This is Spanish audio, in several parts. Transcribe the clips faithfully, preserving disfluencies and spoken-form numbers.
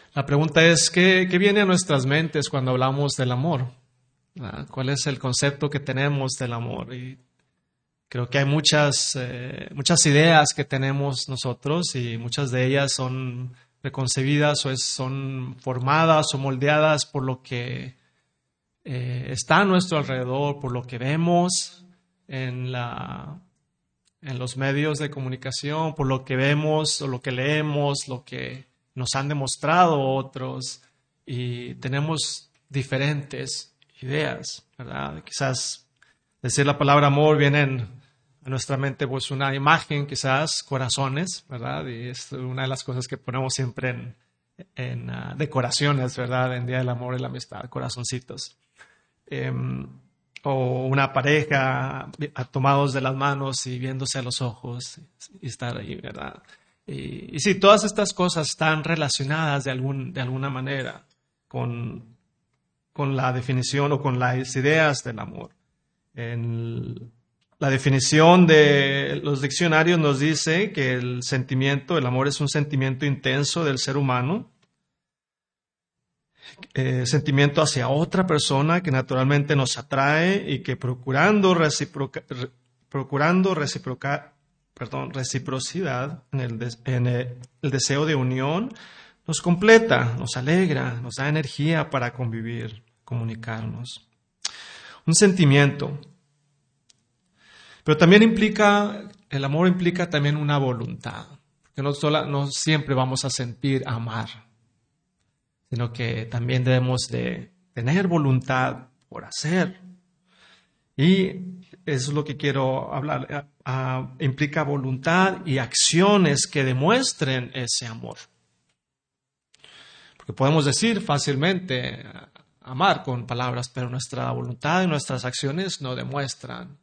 La pregunta es, ¿qué, qué viene a nuestras mentes cuando hablamos del amor? ¿Ah? ¿Cuál es el concepto que tenemos del amor? Y creo que hay muchas, eh, muchas ideas que tenemos nosotros y muchas de ellas son preconcebidas o es, son formadas o moldeadas por lo que eh, está a nuestro alrededor, por lo que vemos en, la, en los medios de comunicación, por lo que vemos o lo que leemos, lo que nos han demostrado otros, y tenemos diferentes ideas, ¿verdad? Quizás decir la palabra amor viene en, a nuestra mente pues una imagen, quizás corazones, ¿verdad? Y es una de las cosas que ponemos siempre en, en uh, decoraciones, ¿verdad? En Día del Amor y la Amistad, corazoncitos. Eh, o una pareja tomados de las manos y viéndose a los ojos y estar ahí, ¿verdad? Y, y sí, todas estas cosas están relacionadas de, algún, de alguna manera con, con la definición o con las ideas del amor. En la definición de los diccionarios nos dice que el sentimiento, el amor es un sentimiento intenso del ser humano, eh, sentimiento hacia otra persona que naturalmente nos atrae y que procurando reciproca, re, procurando reciprocar Perdón, reciprocidad en, el, de, en el, el deseo de unión, nos completa, nos alegra, nos da energía para convivir, comunicarnos. Un sentimiento. Pero también implica, el amor implica también una voluntad. Porque no, sola, no siempre vamos a sentir amar, sino que también debemos de tener voluntad por hacer. Y eso es lo que quiero hablar. Uh, implica voluntad y acciones que demuestren ese amor. Porque podemos decir fácilmente uh, amar con palabras, pero nuestra voluntad y nuestras acciones no demuestran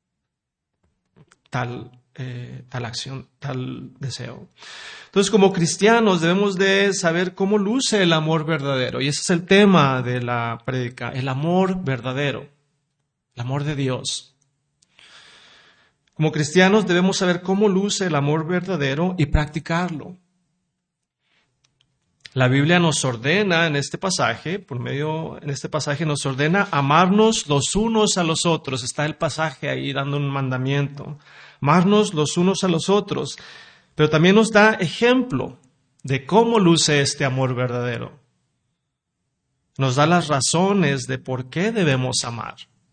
tal, eh, tal acción, tal deseo. Entonces, como cristianos debemos de saber cómo luce el amor verdadero. Y ese es el tema de la prédica, el amor verdadero, el amor de Dios. Como cristianos debemos saber cómo luce el amor verdadero y practicarlo. La Biblia nos ordena en este pasaje, por medio, en este pasaje nos ordena amarnos los unos a los otros. Está el pasaje ahí dando un mandamiento. Amarnos los unos a los otros. Pero también nos da ejemplo de cómo luce este amor verdadero. Nos da las razones de por qué debemos amar.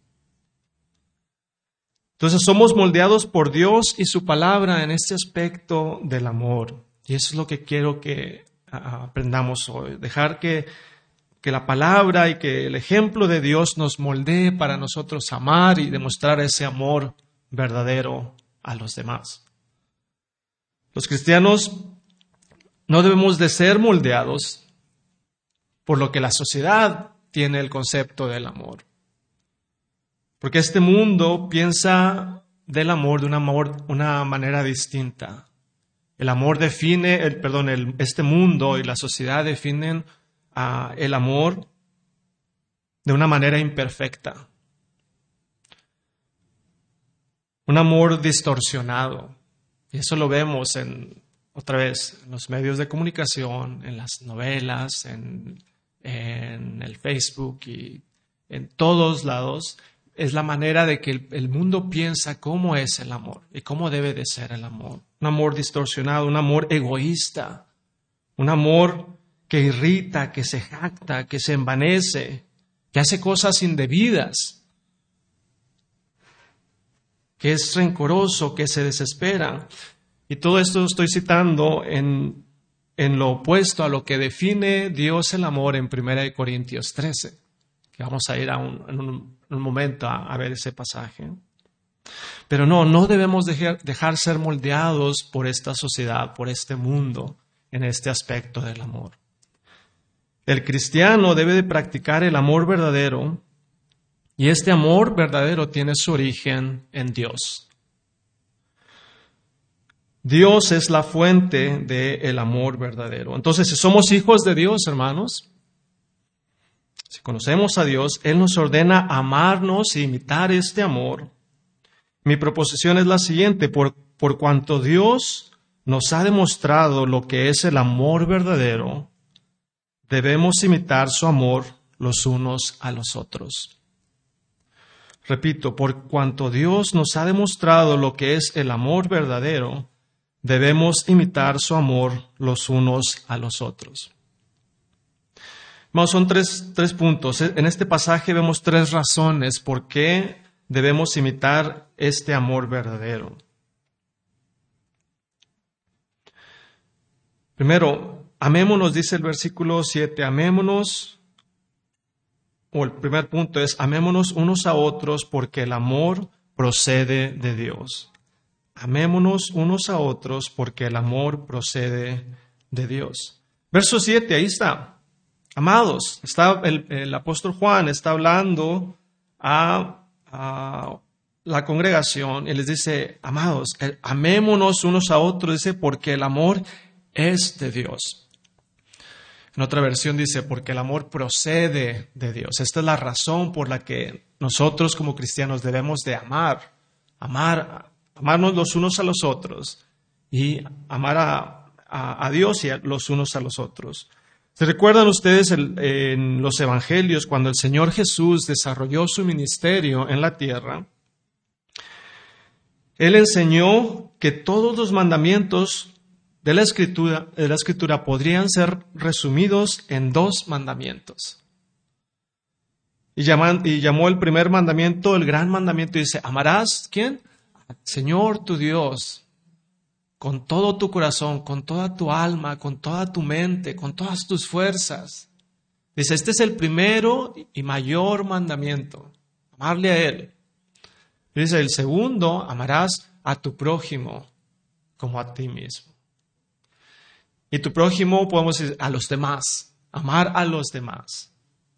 Entonces somos moldeados por Dios y su palabra en este aspecto del amor. Y eso es lo que quiero que uh, aprendamos hoy. Dejar que, que la palabra y que el ejemplo de Dios nos moldee para nosotros amar y demostrar ese amor verdadero a los demás. Los cristianos no debemos de ser moldeados por lo que la sociedad tiene el concepto del amor. Porque este mundo piensa del amor de una, amor, una manera distinta. El amor define, el, perdón, el, este mundo y la sociedad definen uh, el amor de una manera imperfecta. Un amor distorsionado. Y eso lo vemos en, otra vez, en los medios de comunicación, en las novelas, en, en el Facebook y en todos lados. Es la manera de que el, el mundo piensa cómo es el amor y cómo debe de ser el amor. Un amor distorsionado, un amor egoísta, un amor que irrita, que se jacta, que se envanece, que hace cosas indebidas, que es rencoroso, que se desespera. Y todo esto estoy citando en, en lo opuesto a lo que define Dios el amor en primera de Corintios trece. Que vamos a ir a un, en un, un momento a, a ver ese pasaje. Pero no, no debemos dejar, dejar ser moldeados por esta sociedad, por este mundo, en este aspecto del amor. El cristiano debe de practicar el amor verdadero, y este amor verdadero tiene su origen en Dios. Dios es la fuente del amor verdadero. Entonces, si somos hijos de Dios, hermanos, si conocemos a Dios, Él nos ordena amarnos e imitar este amor. Mi proposición es la siguiente: por, por cuanto Dios nos ha demostrado lo que es el amor verdadero, debemos imitar su amor los unos a los otros. Repito, por cuanto Dios nos ha demostrado lo que es el amor verdadero, debemos imitar su amor los unos a los otros. Vamos, son tres, tres puntos. En este pasaje vemos tres razones por qué debemos imitar este amor verdadero. Primero, amémonos, dice el versículo siete, amémonos, o el primer punto es, amémonos unos a otros porque el amor procede de Dios. Amémonos unos a otros porque el amor procede de Dios. Verso siete, ahí está. Amados, está el, el apóstol Juan está hablando a, a la congregación y les dice, amados, el, amémonos unos a otros, dice, porque el amor es de Dios. En otra versión dice, porque el amor procede de Dios. Esta es la razón por la que nosotros como cristianos debemos de amar, amar, amarnos los unos a los otros y amar a, a, a Dios y a los unos a los otros. ¿Se recuerdan ustedes el, en los evangelios cuando el Señor Jesús desarrolló su ministerio en la tierra? Él enseñó que todos los mandamientos de la escritura, de la escritura podrían ser resumidos en dos mandamientos. Y, llaman, y llamó el primer mandamiento, el gran mandamiento, y dice, amarás, ¿quién? Señor tu Dios, con todo tu corazón, con toda tu alma, con toda tu mente, con todas tus fuerzas. Dice, este es el primero y mayor mandamiento, amarle a Él. Dice, el segundo, amarás a tu prójimo como a ti mismo. Y tu prójimo, podemos decir, a los demás, amar a los demás.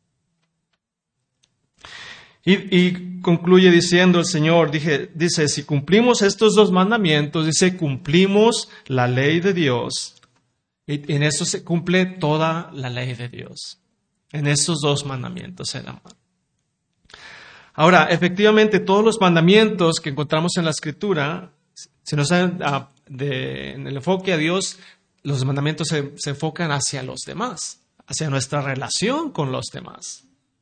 Y, y concluye diciendo el Señor, dije, dice, si cumplimos estos dos mandamientos, dice, cumplimos la ley de Dios. Y en eso se cumple toda la ley de Dios. En estos dos mandamientos, el amor. Ahora, efectivamente, todos los mandamientos que encontramos en la Escritura, si nos dan uh, de, en el enfoque a Dios, los mandamientos se, se enfocan hacia los demás, hacia nuestra relación con los demás.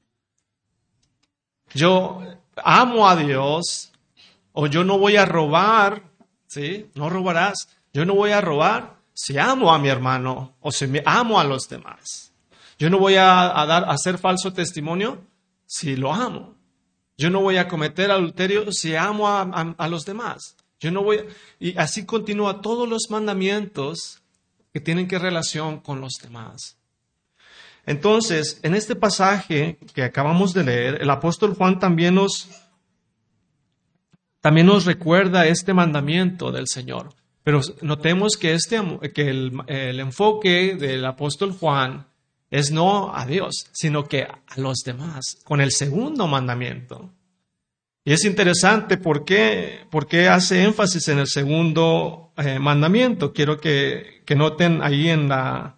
Yo amo a Dios, o yo no voy a robar, ¿sí? No robarás. Yo no voy a robar si amo a mi hermano o si me amo a los demás. Yo no voy a, a dar a hacer falso testimonio si lo amo. Yo no voy a cometer adulterio si amo a, a, a los demás. Yo no voy a, y así continúa todos los mandamientos que tienen que relación con los demás. Entonces, en este pasaje que acabamos de leer, el apóstol Juan también nos, también nos recuerda este mandamiento del Señor. Pero notemos que, este, que el, el enfoque del apóstol Juan es no a Dios, sino que a los demás, con el segundo mandamiento. Y es interesante por qué, por qué hace énfasis en el segundo eh, mandamiento. Quiero que, que noten ahí en la...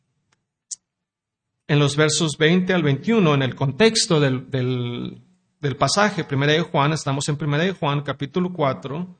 en los versos veinte al veintiuno, en el contexto del, del, del pasaje, Primera de Juan, estamos en Primera de Juan, capítulo cuatro,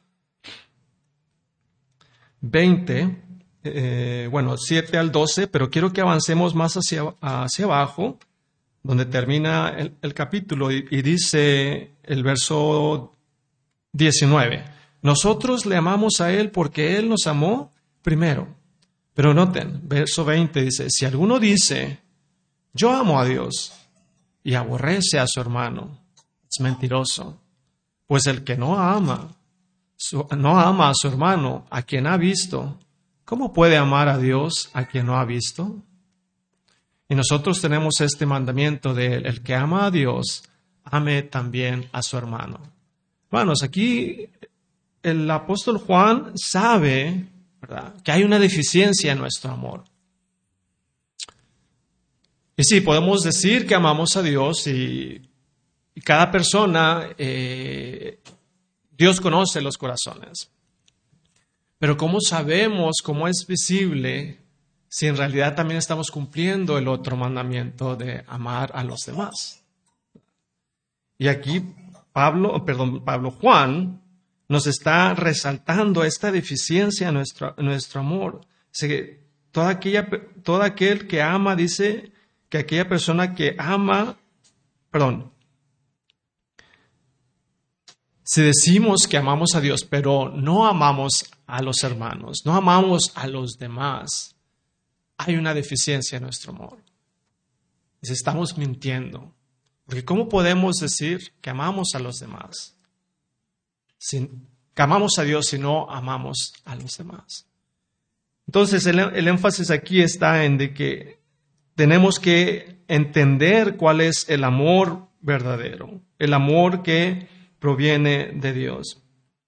veinte, eh, bueno, siete al doce, pero quiero que avancemos más hacia, hacia abajo, donde termina el, el capítulo, y, y dice el verso diecinueve, nosotros le amamos a Él porque Él nos amó primero. Pero noten, verso veinte dice, si alguno dice, yo amo a Dios y aborrece a su hermano, es mentiroso. Pues el que no ama, su, no ama a su hermano, a quien ha visto, ¿cómo puede amar a Dios a quien no ha visto? Y nosotros tenemos este mandamiento de el que ama a Dios, ame también a su hermano. Hermanos, aquí el apóstol Juan sabe, ¿verdad?, que hay una deficiencia en nuestro amor. Y sí, podemos decir que amamos a Dios y, y cada persona, eh, Dios conoce los corazones. Pero ¿cómo sabemos, cómo es visible, si en realidad también estamos cumpliendo el otro mandamiento de amar a los demás? Y aquí Pablo, perdón, Pablo Juan nos está resaltando esta deficiencia en nuestro, en nuestro amor. Dice que toda aquella, todo aquel que ama, dice, que aquella persona que ama, perdón, si decimos que amamos a Dios, pero no amamos a los hermanos, no amamos a los demás, hay una deficiencia en nuestro amor. Y estamos mintiendo. Porque ¿cómo podemos decir que amamos a los demás? Si, que amamos a Dios si no amamos a los demás. Entonces el, el énfasis aquí está en de que tenemos que entender cuál es el amor verdadero, el amor que proviene de Dios.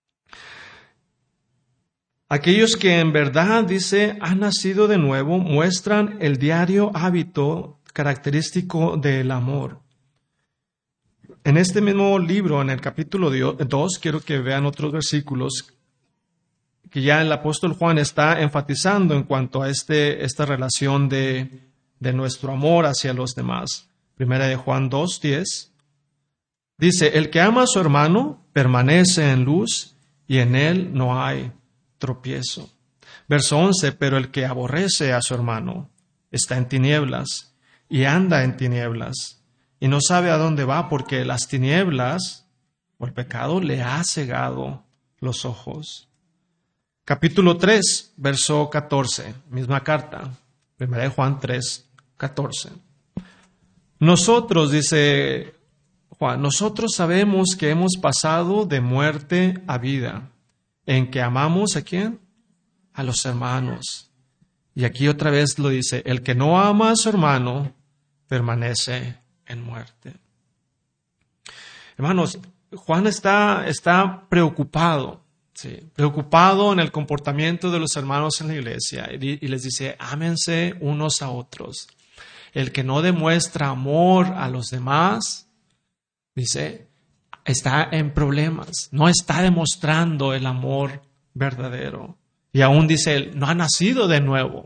Aquellos que en verdad, dice, han nacido de nuevo, muestran el diario hábito característico del amor. En este mismo libro, en el capítulo dos, quiero que vean otros versículos que ya el apóstol Juan está enfatizando en cuanto a este, esta relación de, de nuestro amor hacia los demás. Primera de Juan dos, diez. Dice, el que ama a su hermano permanece en luz y en él no hay tropiezo. Verso once, pero el que aborrece a su hermano está en tinieblas y anda en tinieblas y no sabe a dónde va porque las tinieblas o el pecado le ha cegado los ojos. Capítulo tres, verso catorce, misma carta, primera de Juan tres, catorce. Nosotros, dice Juan, nosotros sabemos que hemos pasado de muerte a vida, en que amamos ¿a quién? A los hermanos. Y aquí otra vez lo dice, el que no ama a su hermano permanece en muerte. Hermanos, Juan está, está preocupado, ¿sí? preocupado en el comportamiento de los hermanos en la iglesia y, y les dice, ámense unos a otros. El que no demuestra amor a los demás, dice, está en problemas, no está demostrando el amor verdadero. Y aún dice él, no ha nacido de nuevo.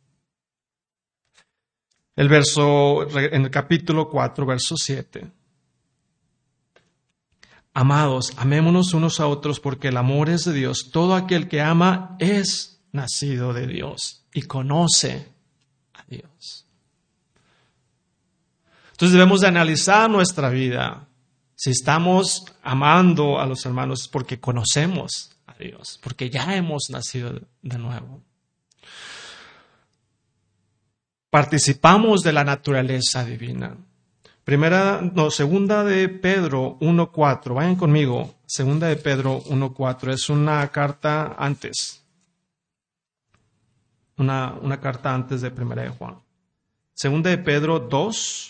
El verso, en el capítulo cuatro, verso siete. Amados, amémonos unos a otros porque el amor es de Dios. Todo aquel que ama es nacido de Dios y conoce a Dios. Entonces debemos de analizar nuestra vida. Si estamos amando a los hermanos es porque conocemos a Dios, porque ya hemos nacido de nuevo. Participamos de la naturaleza divina. Primera, no, segunda de Pedro uno cuatro. Vayan conmigo. Segunda de Pedro uno cuatro. Es una carta antes. Una, una carta antes de Primera de Juan. Segunda de Pedro dos.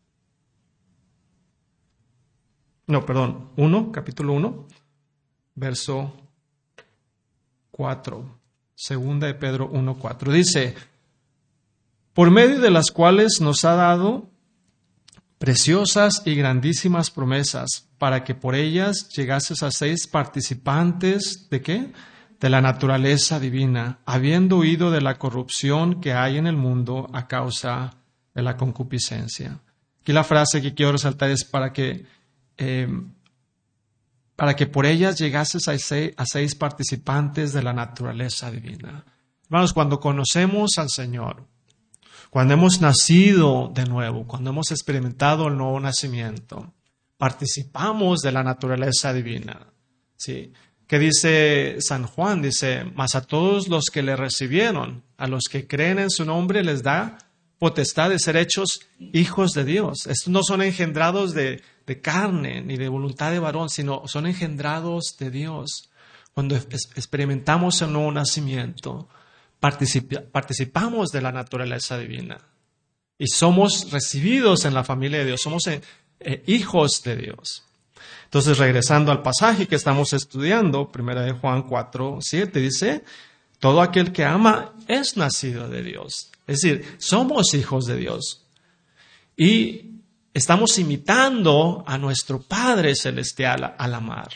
No, perdón, uno, capítulo uno, verso cuatro. Segunda de Pedro uno cuatro. Dice, por medio de las cuales nos ha dado preciosas y grandísimas promesas, para que por ellas llegases a seis participantes, ¿de qué? De la naturaleza divina, habiendo huido de la corrupción que hay en el mundo a causa de la concupiscencia. Aquí la frase que quiero resaltar es para que Eh, para que por ellas llegases a seis, a seis participantes de la naturaleza divina. Hermanos, cuando conocemos al Señor, cuando hemos nacido de nuevo, cuando hemos experimentado el nuevo nacimiento, participamos de la naturaleza divina. ¿Sí? ¿Qué dice San Juan? Dice, mas a todos los que le recibieron, a los que creen en su nombre, les da potestad de ser hechos hijos de Dios. Estos no son engendrados de, de carne ni de voluntad de varón, sino son engendrados de Dios. Cuando es, experimentamos el nuevo nacimiento, participa, participamos de la naturaleza divina y somos recibidos en la familia de Dios, somos eh, eh, hijos de Dios. Entonces, regresando al pasaje que estamos estudiando, Primera de Juan cuatro, siete, dice, todo aquel que ama es nacido de Dios. Es decir, somos hijos de Dios y estamos imitando a nuestro Padre Celestial al amar.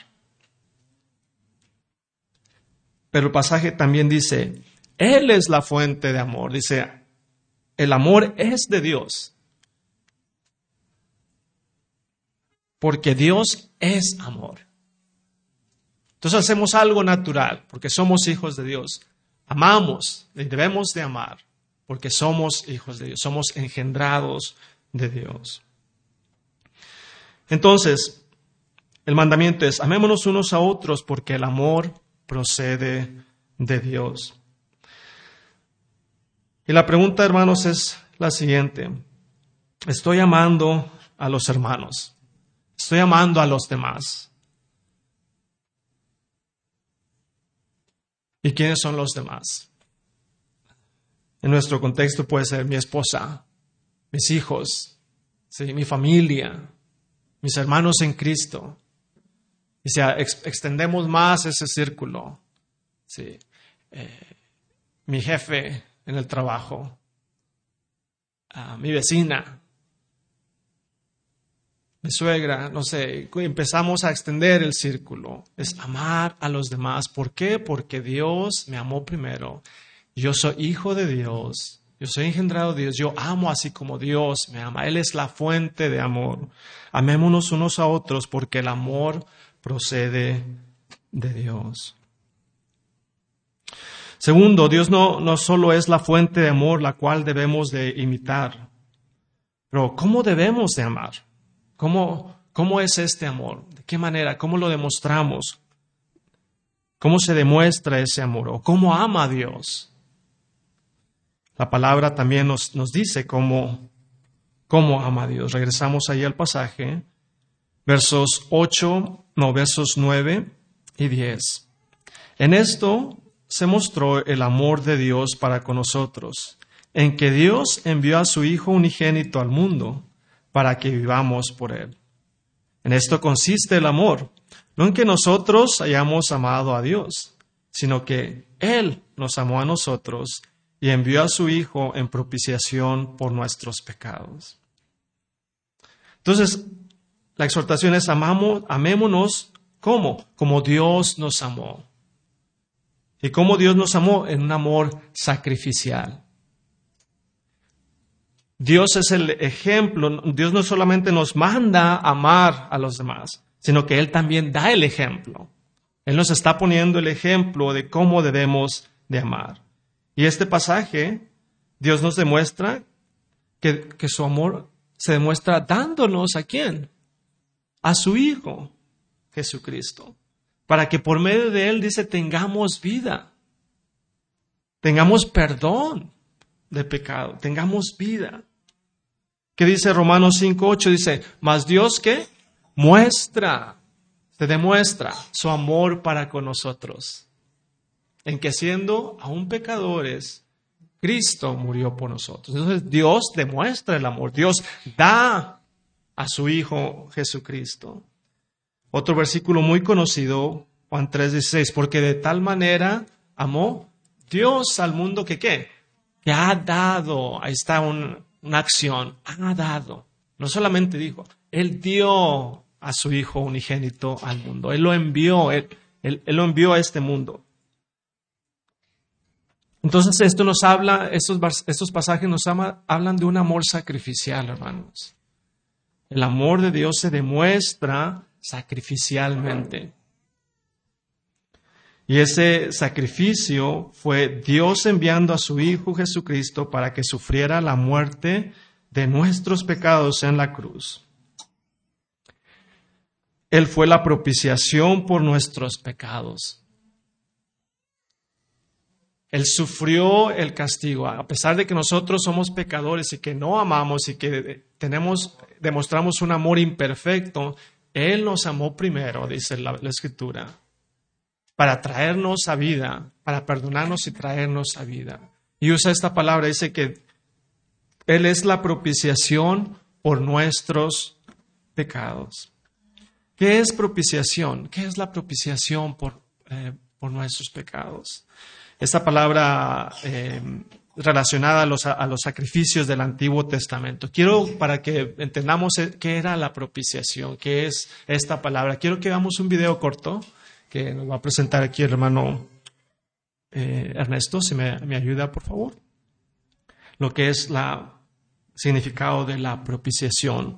Pero el pasaje también dice, Él es la fuente de amor. Dice, el amor es de Dios. Porque Dios es amor. Entonces hacemos algo natural, porque somos hijos de Dios. Amamos y debemos de amar. porque somos hijos de Dios, somos engendrados de Dios. Entonces, el mandamiento es, amémonos unos a otros porque el amor procede de Dios. Y la pregunta, hermanos, es la siguiente. ¿Estoy amando a los hermanos? ¿Estoy amando a los demás? ¿Y quiénes son los demás? En nuestro contexto puede ser mi esposa, mis hijos, ¿sí? Mi familia, mis hermanos en Cristo. Y si ex- extendemos más ese círculo, ¿sí? eh, mi jefe en el trabajo, uh, mi vecina, mi suegra, no sé, empezamos a extender el círculo. Es amar a los demás. ¿Por qué? Porque Dios me amó primero. Yo soy hijo de Dios. Yo soy engendrado de Dios. Yo amo así como Dios me ama. Él es la fuente de amor. Amémonos unos a otros porque el amor procede de Dios. Segundo, Dios no, no solo es la fuente de amor la cual debemos de imitar, pero ¿cómo debemos de amar? ¿Cómo, cómo es este amor? ¿De qué manera? ¿Cómo lo demostramos? ¿Cómo se demuestra ese amor? ¿O cómo ama a Dios? La palabra también nos, nos dice cómo, cómo ama a Dios. Regresamos ahí al pasaje, versos ocho, no, versos nueve y diez. En esto se mostró el amor de Dios para con nosotros, en que Dios envió a su Hijo unigénito al mundo para que vivamos por Él. En esto consiste el amor, no en que nosotros hayamos amado a Dios, sino que Él nos amó a nosotros y envió a su Hijo en propiciación por nuestros pecados. Entonces, la exhortación es amamos, amémonos, ¿cómo? Como Dios nos amó. ¿Y cómo Dios nos amó? En un amor sacrificial. Dios es el ejemplo. Dios no solamente nos manda a amar a los demás, sino que Él también da el ejemplo. Él nos está poniendo el ejemplo de cómo debemos de amar. Y este pasaje, Dios nos demuestra que, que su amor se demuestra dándonos ¿a quién? A su Hijo, Jesucristo. Para que por medio de Él, dice, tengamos vida. Tengamos perdón de pecado. Tengamos vida. ¿Qué dice Romanos cinco ocho? Dice, mas Dios, ¿qué? Muestra, se demuestra su amor para con nosotros. En que siendo aún pecadores, Cristo murió por nosotros. Entonces Dios demuestra el amor. Dios da a su Hijo Jesucristo. Otro versículo muy conocido, Juan tres dieciséis, porque de tal manera amó Dios al mundo que ¿qué? Que ha dado, ahí está un, una acción, ha dado. No solamente dijo, Él dio a su Hijo unigénito al mundo. Él lo envió, Él, él, él lo envió a este mundo. Entonces esto nos habla, estos, estos pasajes nos ama, hablan de un amor sacrificial, hermanos. El amor de Dios se demuestra sacrificialmente. Y ese sacrificio fue Dios enviando a su Hijo Jesucristo para que sufriera la muerte de nuestros pecados en la cruz. Él fue la propiciación por nuestros pecados. Él sufrió el castigo, a pesar de que nosotros somos pecadores y que no amamos y que tenemos, demostramos un amor imperfecto. Él nos amó primero, dice la, la Escritura, para traernos a vida, para perdonarnos y traernos a vida. Y usa esta palabra, dice que Él es la propiciación por nuestros pecados. ¿Qué es propiciación? ¿Qué es la propiciación por, eh, por nuestros pecados? Esta palabra eh, relacionada a los, a los sacrificios del Antiguo Testamento. Quiero, para que entendamos qué era la propiciación, qué es esta palabra, quiero que veamos un video corto que nos va a presentar aquí el hermano eh, Ernesto, si me, me ayuda, por favor. Lo que es el significado de la propiciación.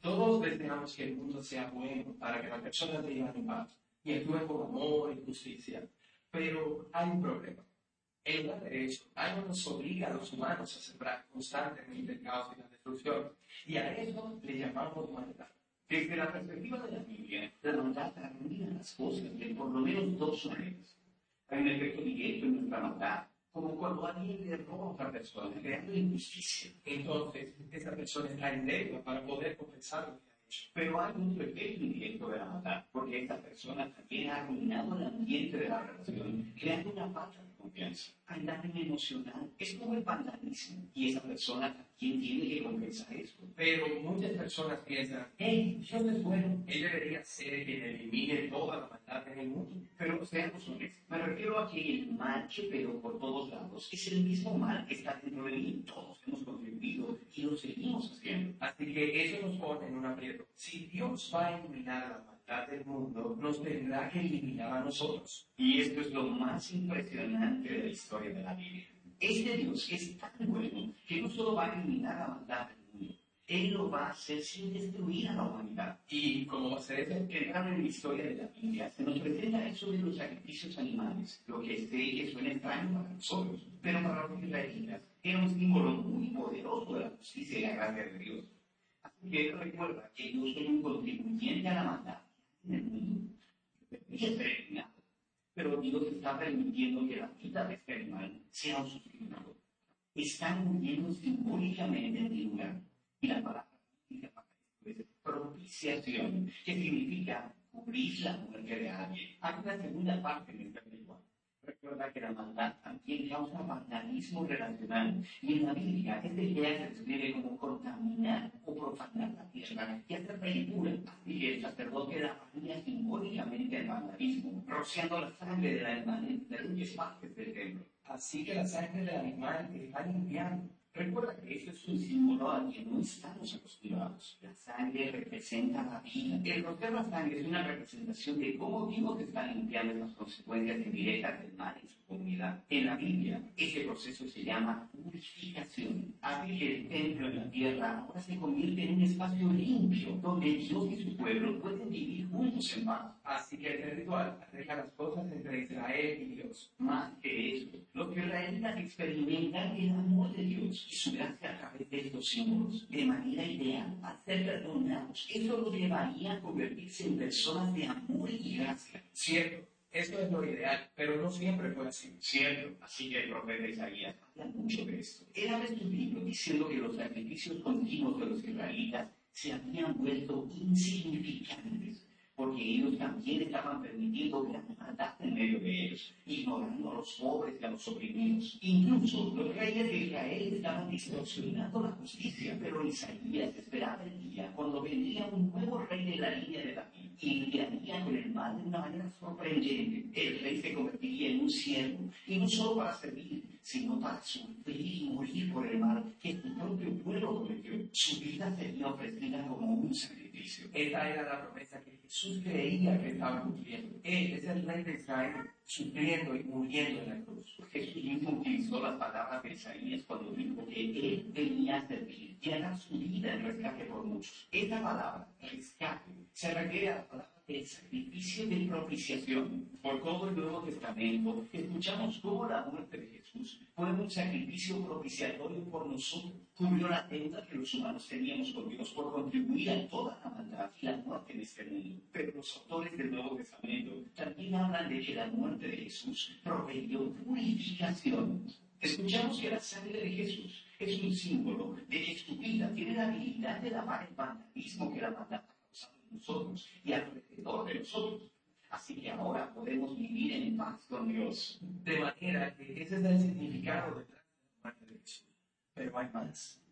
Todos deseamos que el mundo sea bueno para que las personas vivan en paz y actúen con amor y justicia. Pero hay un problema. En lugar de eso, algo nos obliga a los humanos a sembrar constantemente el caos y la destrucción. Y a eso le llamamos maldad. Desde la perspectiva de la Biblia, la maldad arruina las cosas de por lo menos dos maneras. Hay un efecto directo en nuestra maldad, como cuando alguien le roba a otra persona, creando injusticia. Entonces, esa persona está en deuda para poder compensar lo que ha hecho. Pero hay un efecto indirecto de la maldad, porque esta persona también ha arruinado el ambiente de la relación, creando una falta de confianza. Hay daño emocional, es como el vandalismo, y esa persona también tiene que compensar eso. Pero muchas personas piensan, hey, Dios es bueno, Él debería ser quien elimine toda la maldad en el mundo. Pero seamos honestos, me refiero a que el mal que pegó por todos lados es el mismo mal que está dentro de mí. Todos hemos contribuido y lo seguimos haciendo. Así que eso nos pone en un aprieto. Si Dios va a eliminar la maldad del mundo, nos tendrá que eliminar a nosotros. Y esto es lo más impresionante de la historia de la Biblia. Este Dios es tan bueno que no solo va a eliminar la maldad del mundo, Él lo va a hacer sin destruir a la humanidad. Y como va a ser eso, entrando en la historia de la Biblia, se nos presenta eso de los sacrificios animales, lo que sé que suena extraño para nosotros, pero para los israelitas era un símbolo muy poderoso de la justicia y la gracia de Dios. Así que recuerda que yo soy un contribuyente a la maldad en el mundo. Debería ser eliminado. Pero Dios está permitiendo que la vida de este animal sea un sufrimiento. Están muriendo simbólicamente en mi lugar. Y la palabra bíblica es propiciación, que significa cubrir la muerte de alguien. Hay una segunda parte en esta película. Recuerda que la maldad también causa vandalismo relacional. Y en la Biblia, esta idea se describe como contaminar o profanar la tierra y hacerla impura. Así que el sacerdote lavaría simbólicamente el vandalismo, rociando la sangre del animal en diferentes partes del templo. Así que la sangre del animal está limpiando. Recuerda que esto es un símbolo al que no estamos acostumbrados. La sangre representa la vida. El rociar la sangre es una representación de cómo Dios está limpiando las consecuencias indirectas del mal en su comunidad. En la Biblia, este proceso se llama purificación. Hace que el templo en la tierra ahora se convierte en un espacio limpio, donde Dios y su pueblo pueden vivir juntos en paz. Así que el ritual arregla las cosas entre Israel y Dios. Más que eso, los israelitas experimentan el amor de Dios y su gracia a través de estos símbolos, de manera ideal, a ser perdonados. Eso los llevaría a convertirse en personas de amor y gracia. Cierto, esto es lo ideal, pero no siempre fue así. Cierto, así que el profeta Isaías habla mucho de esto. Él habla en su libro diciendo que los sacrificios continuos de los israelitas se habían vuelto insignificantes, porque ellos también estaban permitiendo gran maldad en medio de ellos, ignorando a los pobres y a los oprimidos. Incluso los reyes de Israel estaban distorsionando la justicia, pero Isaías esperaba el día cuando vendría un nuevo rey de la línea de David y lidiaría con el mal de una manera sorprendente. El rey se convertiría en un siervo, y no solo para servir, sino para sufrir y morir por el mal que su propio pueblo cometió. Su vida sería ofrecida como un sacrificio. Esa era la promesa que Jesús creía que estaba cumpliendo. Él es el rey de Israel, sufriendo y muriendo en la cruz. Jesús mismo utilizó las palabras de Isaías cuando dijo que Él venía a servir y a dar su vida en rescate por muchos. Esa palabra, rescate, se refiere a la palabra del sacrificio de propiciación. Por todo el Nuevo Testamento, escuchamos cómo la muerte de Jesús fue un sacrificio propiciatorio por nosotros. Cubrió la deuda que los humanos teníamos con Dios por contribuir a toda la maldad y la muerte en este mundo. Pero los autores del Nuevo Testamento también hablan de que la muerte de Jesús proveyó purificación. Escuchamos que la sangre de Jesús es un símbolo de que su vida tiene la habilidad de lavar el vandalismo que la maldad ha causado en nosotros y alrededor de nosotros. Así que ahora podemos vivir en paz con Dios. De manera que ese es el significado detrás de la muerte de Jesús. Pero hay más.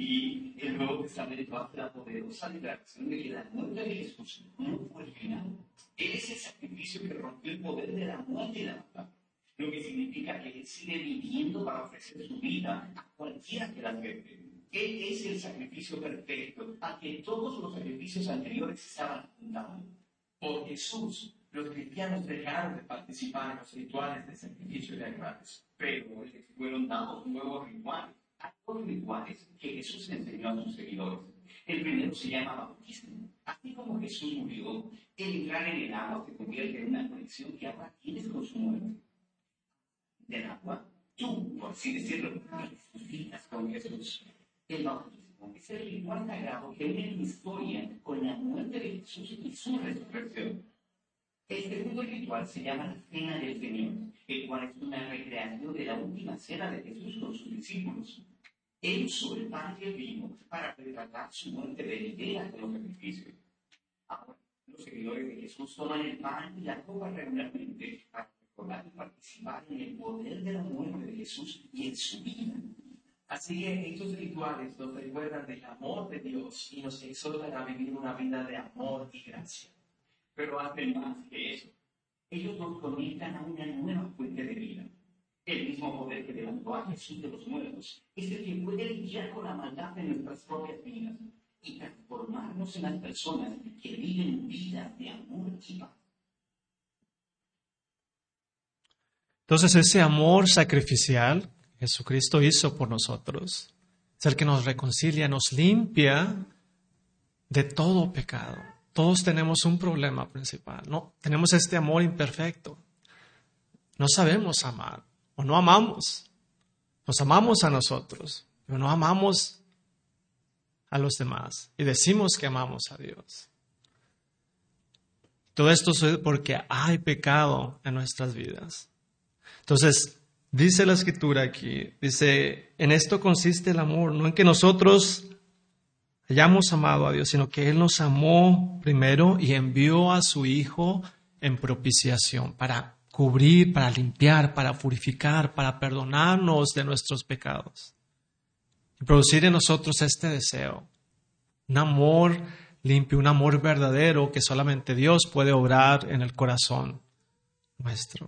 Y el Nuevo Testamento hace la poderosa declaración de que la muerte de Jesús no fue el final. Él es el sacrificio que rompió el poder de la muerte y la maldad. Lo que significa que Él sigue viviendo para ofrecer su vida a cualquiera que la acepte. Él es el sacrificio perfecto a que todos los sacrificios anteriores estaban apuntando. Por Jesús, los cristianos dejaron de participar en los rituales de sacrificio de animales, pero les fueron dados nuevos rituales. Hay dos rituales que Jesús enseñó a sus seguidores. El primero se llama bautismo. Así como Jesús murió, el entrar en el agua se convierte en una conexión que ahora tienes con su muerte. Del agua, tú, por así decirlo, resucitas con Jesús. El bautismo es el ritual sagrado que une tu historia con la muerte de Jesús y su resurrección. El segundo ritual se llama la Cena del Señor, el cual es una recreación de la última cena de Jesús con sus discípulos. Él usó el pan y el vino para retratar su muerte venidera de los sacrificios. Ahora, los seguidores de Jesús toman el pan y la copa regularmente para recordar y participar en el poder de la muerte de Jesús y en su vida. Así que estos rituales nos recuerdan del amor de Dios y nos exhortan a vivir una vida de amor y gracia. Pero hacen más que eso. Ellos nos conectan a una nueva fuente de vida. El mismo poder que levantó a Jesús de los muertos es el que puede lidiar con la maldad de nuestras propias vidas y transformarnos en las personas que viven vidas de amor y paz. Entonces ese amor sacrificial que Jesucristo hizo por nosotros es el que nos reconcilia, nos limpia de todo pecado. Todos tenemos un problema principal, ¿no? Tenemos este amor imperfecto. No sabemos amar o no amamos. Nos amamos a nosotros, pero no amamos a los demás y decimos que amamos a Dios. Todo esto es porque hay pecado en nuestras vidas. Entonces, dice la Escritura aquí, dice, en esto consiste el amor, no en que nosotros hayamos amado a Dios, sino que Él nos amó primero y envió a su Hijo en propiciación para cubrir, para limpiar, para purificar, para perdonarnos de nuestros pecados. Y producir en nosotros este deseo, un amor limpio, un amor verdadero que solamente Dios puede obrar en el corazón nuestro.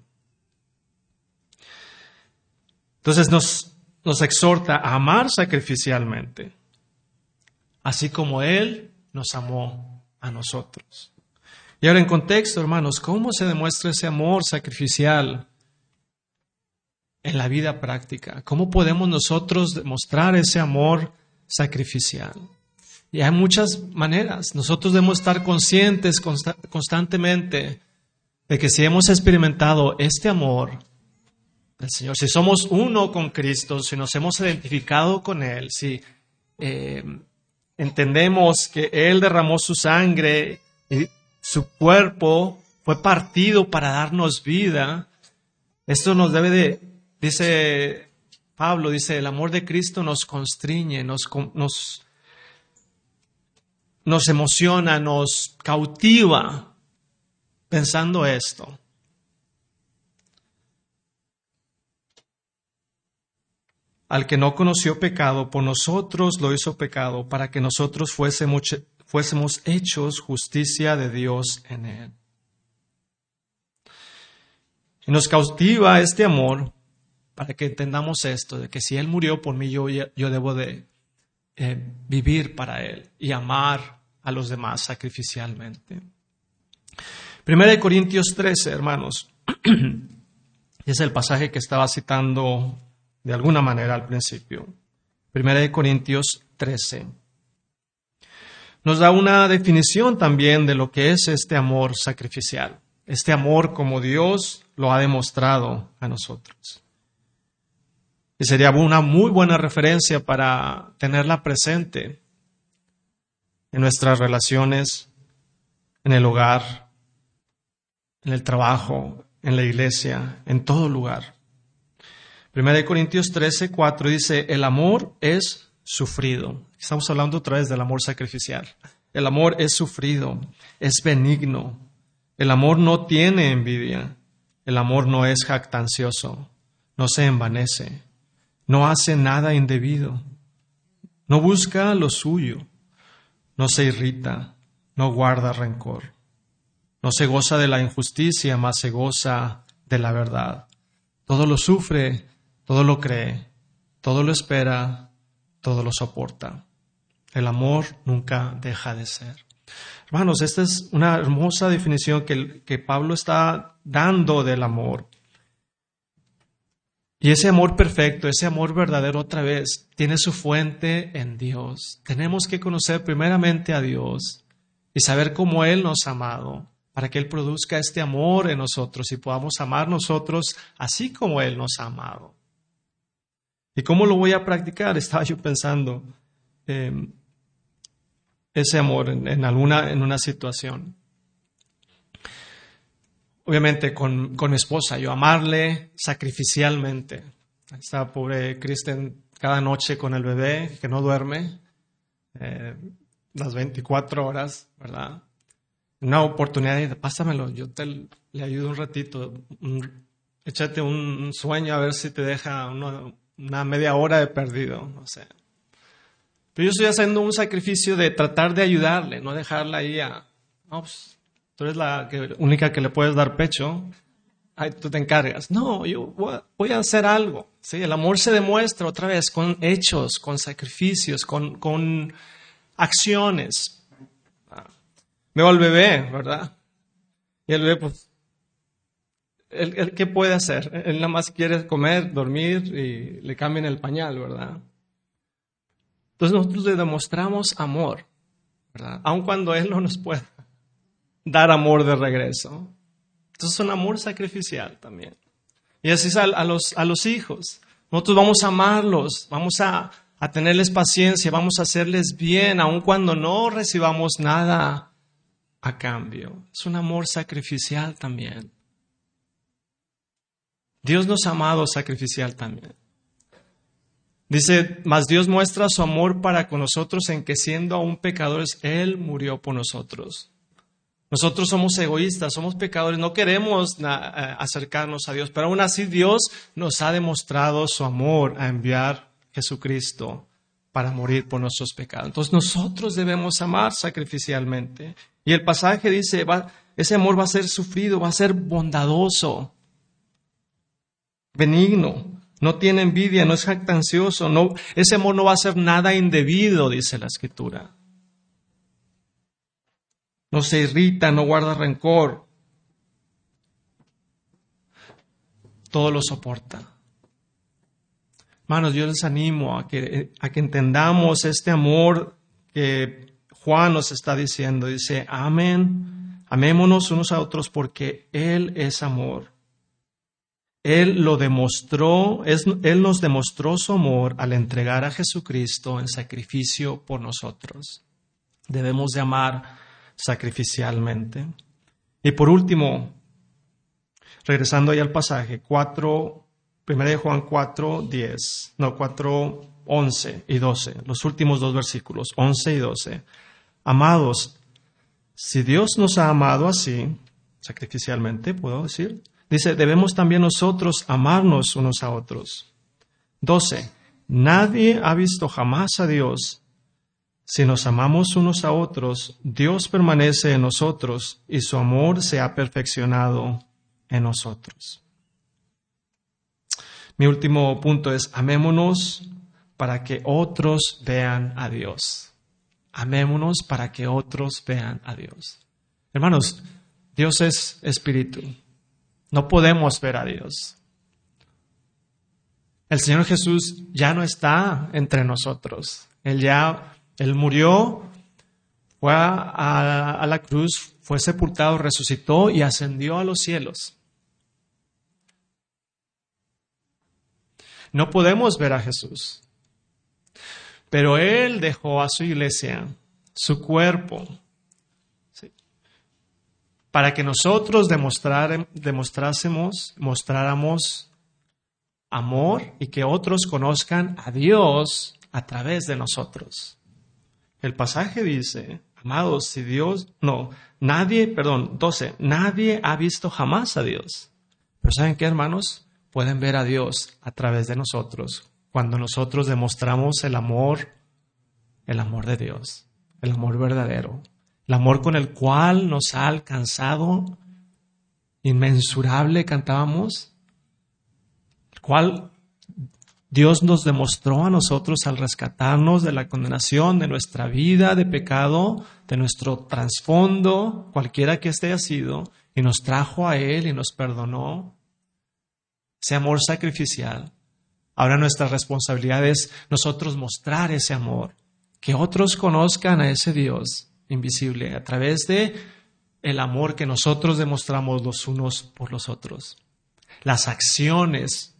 Entonces nos, nos exhorta a amar sacrificialmente, así como Él nos amó a nosotros. Y ahora en contexto, hermanos, ¿cómo se demuestra ese amor sacrificial en la vida práctica? ¿Cómo podemos nosotros demostrar ese amor sacrificial? Y hay muchas maneras. Nosotros debemos estar conscientes consta- constantemente de que si hemos experimentado este amor del Señor, si somos uno con Cristo, si nos hemos identificado con Él, si eh, entendemos que Él derramó su sangre y su cuerpo fue partido para darnos vida, esto nos debe de, dice Pablo, dice, el amor de Cristo nos constriñe, nos, nos, nos emociona, nos cautiva pensando esto. Al que no conoció pecado, por nosotros lo hizo pecado, para que nosotros fuésemos, fuésemos hechos justicia de Dios en él. Y nos cautiva este amor para que entendamos esto, de que si Él murió por mí, yo, yo debo de eh, vivir para Él y amar a los demás sacrificialmente. Primera de Corintios trece, hermanos, es el pasaje que estaba citando de alguna manera al principio. Primera de Corintios trece. Nos da una definición también de lo que es este amor sacrificial. Este amor como Dios lo ha demostrado a nosotros. Y sería una muy buena referencia para tenerla presente en nuestras relaciones, en el hogar, en el trabajo, en la iglesia, en todo lugar. Primera de Corintios trece, cuatro dice, el amor es sufrido. Estamos hablando otra vez del amor sacrificial. El amor es sufrido, es benigno. El amor no tiene envidia. El amor no es jactancioso, no se envanece, no hace nada indebido, no busca lo suyo, no se irrita, no guarda rencor, no se goza de la injusticia, mas se goza de la verdad. Todo lo sufre, todo lo cree, todo lo espera, todo lo soporta. El amor nunca deja de ser. Hermanos, esta es una hermosa definición que, que Pablo está dando del amor. Y ese amor perfecto, ese amor verdadero otra vez, tiene su fuente en Dios. Tenemos que conocer primeramente a Dios y saber cómo Él nos ha amado, para que Él produzca este amor en nosotros y podamos amar nosotros así como Él nos ha amado. ¿Y cómo lo voy a practicar? Estaba yo pensando eh, ese amor en, en alguna en una situación. Obviamente con, con mi esposa, yo amarle sacrificialmente. Esta pobre Kristen cada noche con el bebé que no duerme, eh, las veinticuatro horas, ¿verdad? Una oportunidad de pásamelo, yo te le ayudo un ratito, un, échate un, un sueño a ver si te deja una, una media hora de perdido, no sé. Pero yo estoy haciendo un sacrificio de tratar de ayudarle, no dejarla ahí a, no, pues, tú eres la que, única que le puedes dar pecho, ay, tú te encargas. No, yo voy a, voy a hacer algo. ¿Sí? El amor se demuestra otra vez con hechos, con sacrificios, con, con acciones. Veo al bebé, ¿verdad? Y el bebé, pues, ¿el, el qué puede hacer? Él nada más quiere comer, dormir y le cambian el pañal, ¿verdad? Entonces nosotros le demostramos amor, ¿verdad? Aun cuando Él no nos pueda dar amor de regreso. Entonces es un amor sacrificial también. Y así es a, a, los, a los hijos. Nosotros vamos a amarlos, vamos a, a tenerles paciencia, vamos a hacerles bien, aun cuando no recibamos nada a cambio. Es un amor sacrificial también. Dios nos ha amado sacrificial también. Dice, mas Dios muestra su amor para con nosotros en que siendo aún pecadores, Él murió por nosotros. Nosotros somos egoístas, somos pecadores, no queremos na- acercarnos a Dios, pero aún así Dios nos ha demostrado su amor a enviar a Jesucristo para morir por nuestros pecados. Entonces nosotros debemos amar sacrificialmente. Y el pasaje dice, va, ese amor va a ser sufrido, va a ser bondadoso, benigno, no tiene envidia, no es jactancioso, no, ese amor no va a hacer nada indebido, dice la Escritura. No se irrita, no guarda rencor, todo lo soporta. Hermanos, yo les animo a que, a que entendamos este amor que Juan nos está diciendo. Dice, amén, amémonos unos a otros porque Él es amor. Él lo demostró, es, Él nos demostró su amor al entregar a Jesucristo en sacrificio por nosotros. Debemos de amar sacrificialmente. Y por último, regresando ahí al pasaje, cuatro, primera de Juan cuatro, diez, no, cuatro, once y doce, los últimos dos versículos, once y doce. Amados, si Dios nos ha amado así, sacrificialmente, puedo decir, dice, debemos también nosotros amarnos unos a otros. doce. Nadie ha visto jamás a Dios. Si nos amamos unos a otros, Dios permanece en nosotros y su amor se ha perfeccionado en nosotros. Mi último punto es, amémonos para que otros vean a Dios. Amémonos para que otros vean a Dios. Hermanos, Dios es espíritu. No podemos ver a Dios. El Señor Jesús ya no está entre nosotros. Él ya, Él murió, fue a, a, a la cruz, fue sepultado, resucitó y ascendió a los cielos. No podemos ver a Jesús. Pero Él dejó a su iglesia, su cuerpo, ¿sí?, para que nosotros demostrásemos, mostráramos amor y que otros conozcan a Dios a través de nosotros. El pasaje dice, amados, si Dios, no, nadie, perdón, doce, nadie ha visto jamás a Dios. Pero ¿saben qué, hermanos? Pueden ver a Dios a través de nosotros cuando nosotros demostramos el amor, el amor de Dios, el amor verdadero, el amor con el cual nos ha alcanzado, inmensurable, cantábamos, el cual Dios nos demostró a nosotros al rescatarnos de la condenación de nuestra vida de pecado, de nuestro trasfondo, cualquiera que este haya sido, y nos trajo a Él y nos perdonó. Ese amor sacrificial Ahora nuestra responsabilidad es nosotros mostrar ese amor, que otros conozcan a ese Dios invisible a través de el amor que nosotros demostramos los unos por los otros. Las acciones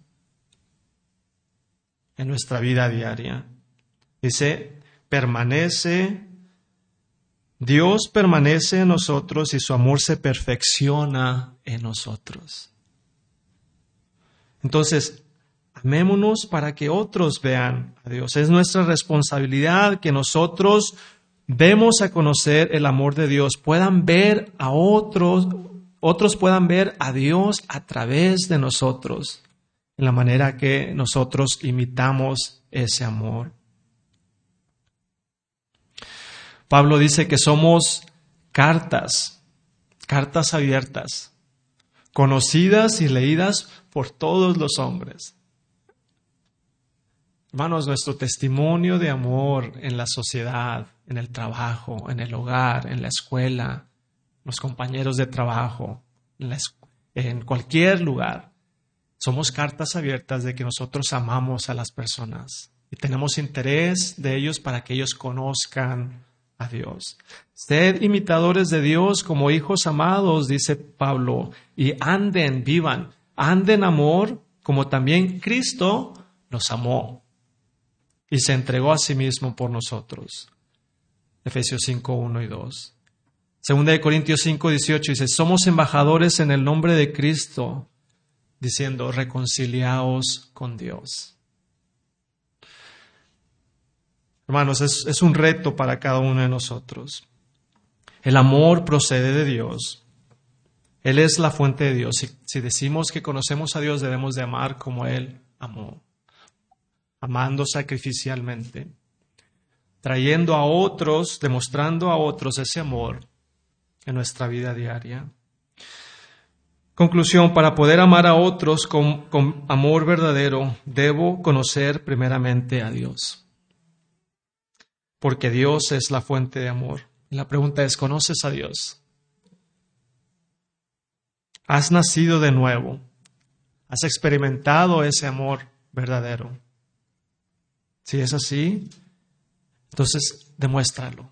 en nuestra vida diaria. Dice, permanece, Dios permanece en nosotros y su amor se perfecciona en nosotros. Entonces, amémonos para que otros vean a Dios. Es nuestra responsabilidad que nosotros demos a conocer el amor de Dios, puedan ver a otros, otros puedan ver a Dios a través de nosotros, en la manera que nosotros imitamos ese amor. Pablo dice que somos cartas, cartas abiertas, conocidas y leídas por todos los hombres. Hermanos, nuestro testimonio de amor en la sociedad, en el trabajo, en el hogar, en la escuela, los compañeros de trabajo, en, la, en cualquier lugar, somos cartas abiertas de que nosotros amamos a las personas y tenemos interés de ellos para que ellos conozcan a Dios. Sed imitadores de Dios como hijos amados, dice Pablo, y anden, vivan, anden amor como también Cristo nos amó y se entregó a sí mismo por nosotros. Efesios cinco, uno y dos. Segunda de Corintios cinco, dieciocho dice, somos embajadores en el nombre de Cristo, diciendo, reconciliaos con Dios. Hermanos, es, es un reto para cada uno de nosotros. El amor procede de Dios. Él es la fuente de Dios. Si, si decimos que conocemos a Dios, debemos de amar como Él amó, amando sacrificialmente, trayendo a otros, demostrando a otros ese amor en nuestra vida diaria. Conclusión, para poder amar a otros con, con amor verdadero, debo conocer primeramente a Dios. Porque Dios es la fuente de amor. Y la pregunta es, ¿conoces a Dios? ¿Has nacido de nuevo? ¿Has experimentado ese amor verdadero? Si es así, entonces demuéstralo.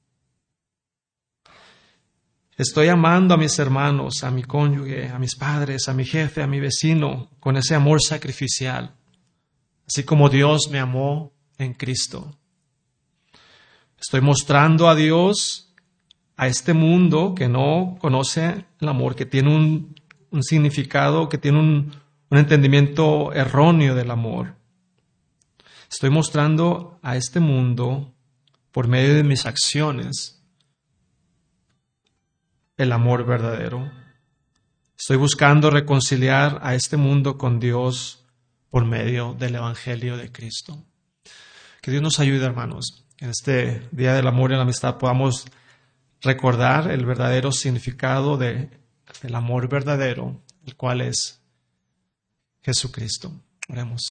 Estoy amando a mis hermanos, a mi cónyuge, a mis padres, a mi jefe, a mi vecino, con ese amor sacrificial, así como Dios me amó en Cristo. Estoy mostrando a Dios a este mundo que no conoce el amor, que tiene un, un significado, que tiene un, un entendimiento erróneo del amor. Estoy mostrando a este mundo, por medio de mis acciones, el amor verdadero. Estoy buscando reconciliar a este mundo con Dios por medio del Evangelio de Cristo. Que Dios nos ayude, hermanos, que en este Día del Amor y la Amistad podamos recordar el verdadero significado de, del amor verdadero, el cual es Jesucristo. Oremos.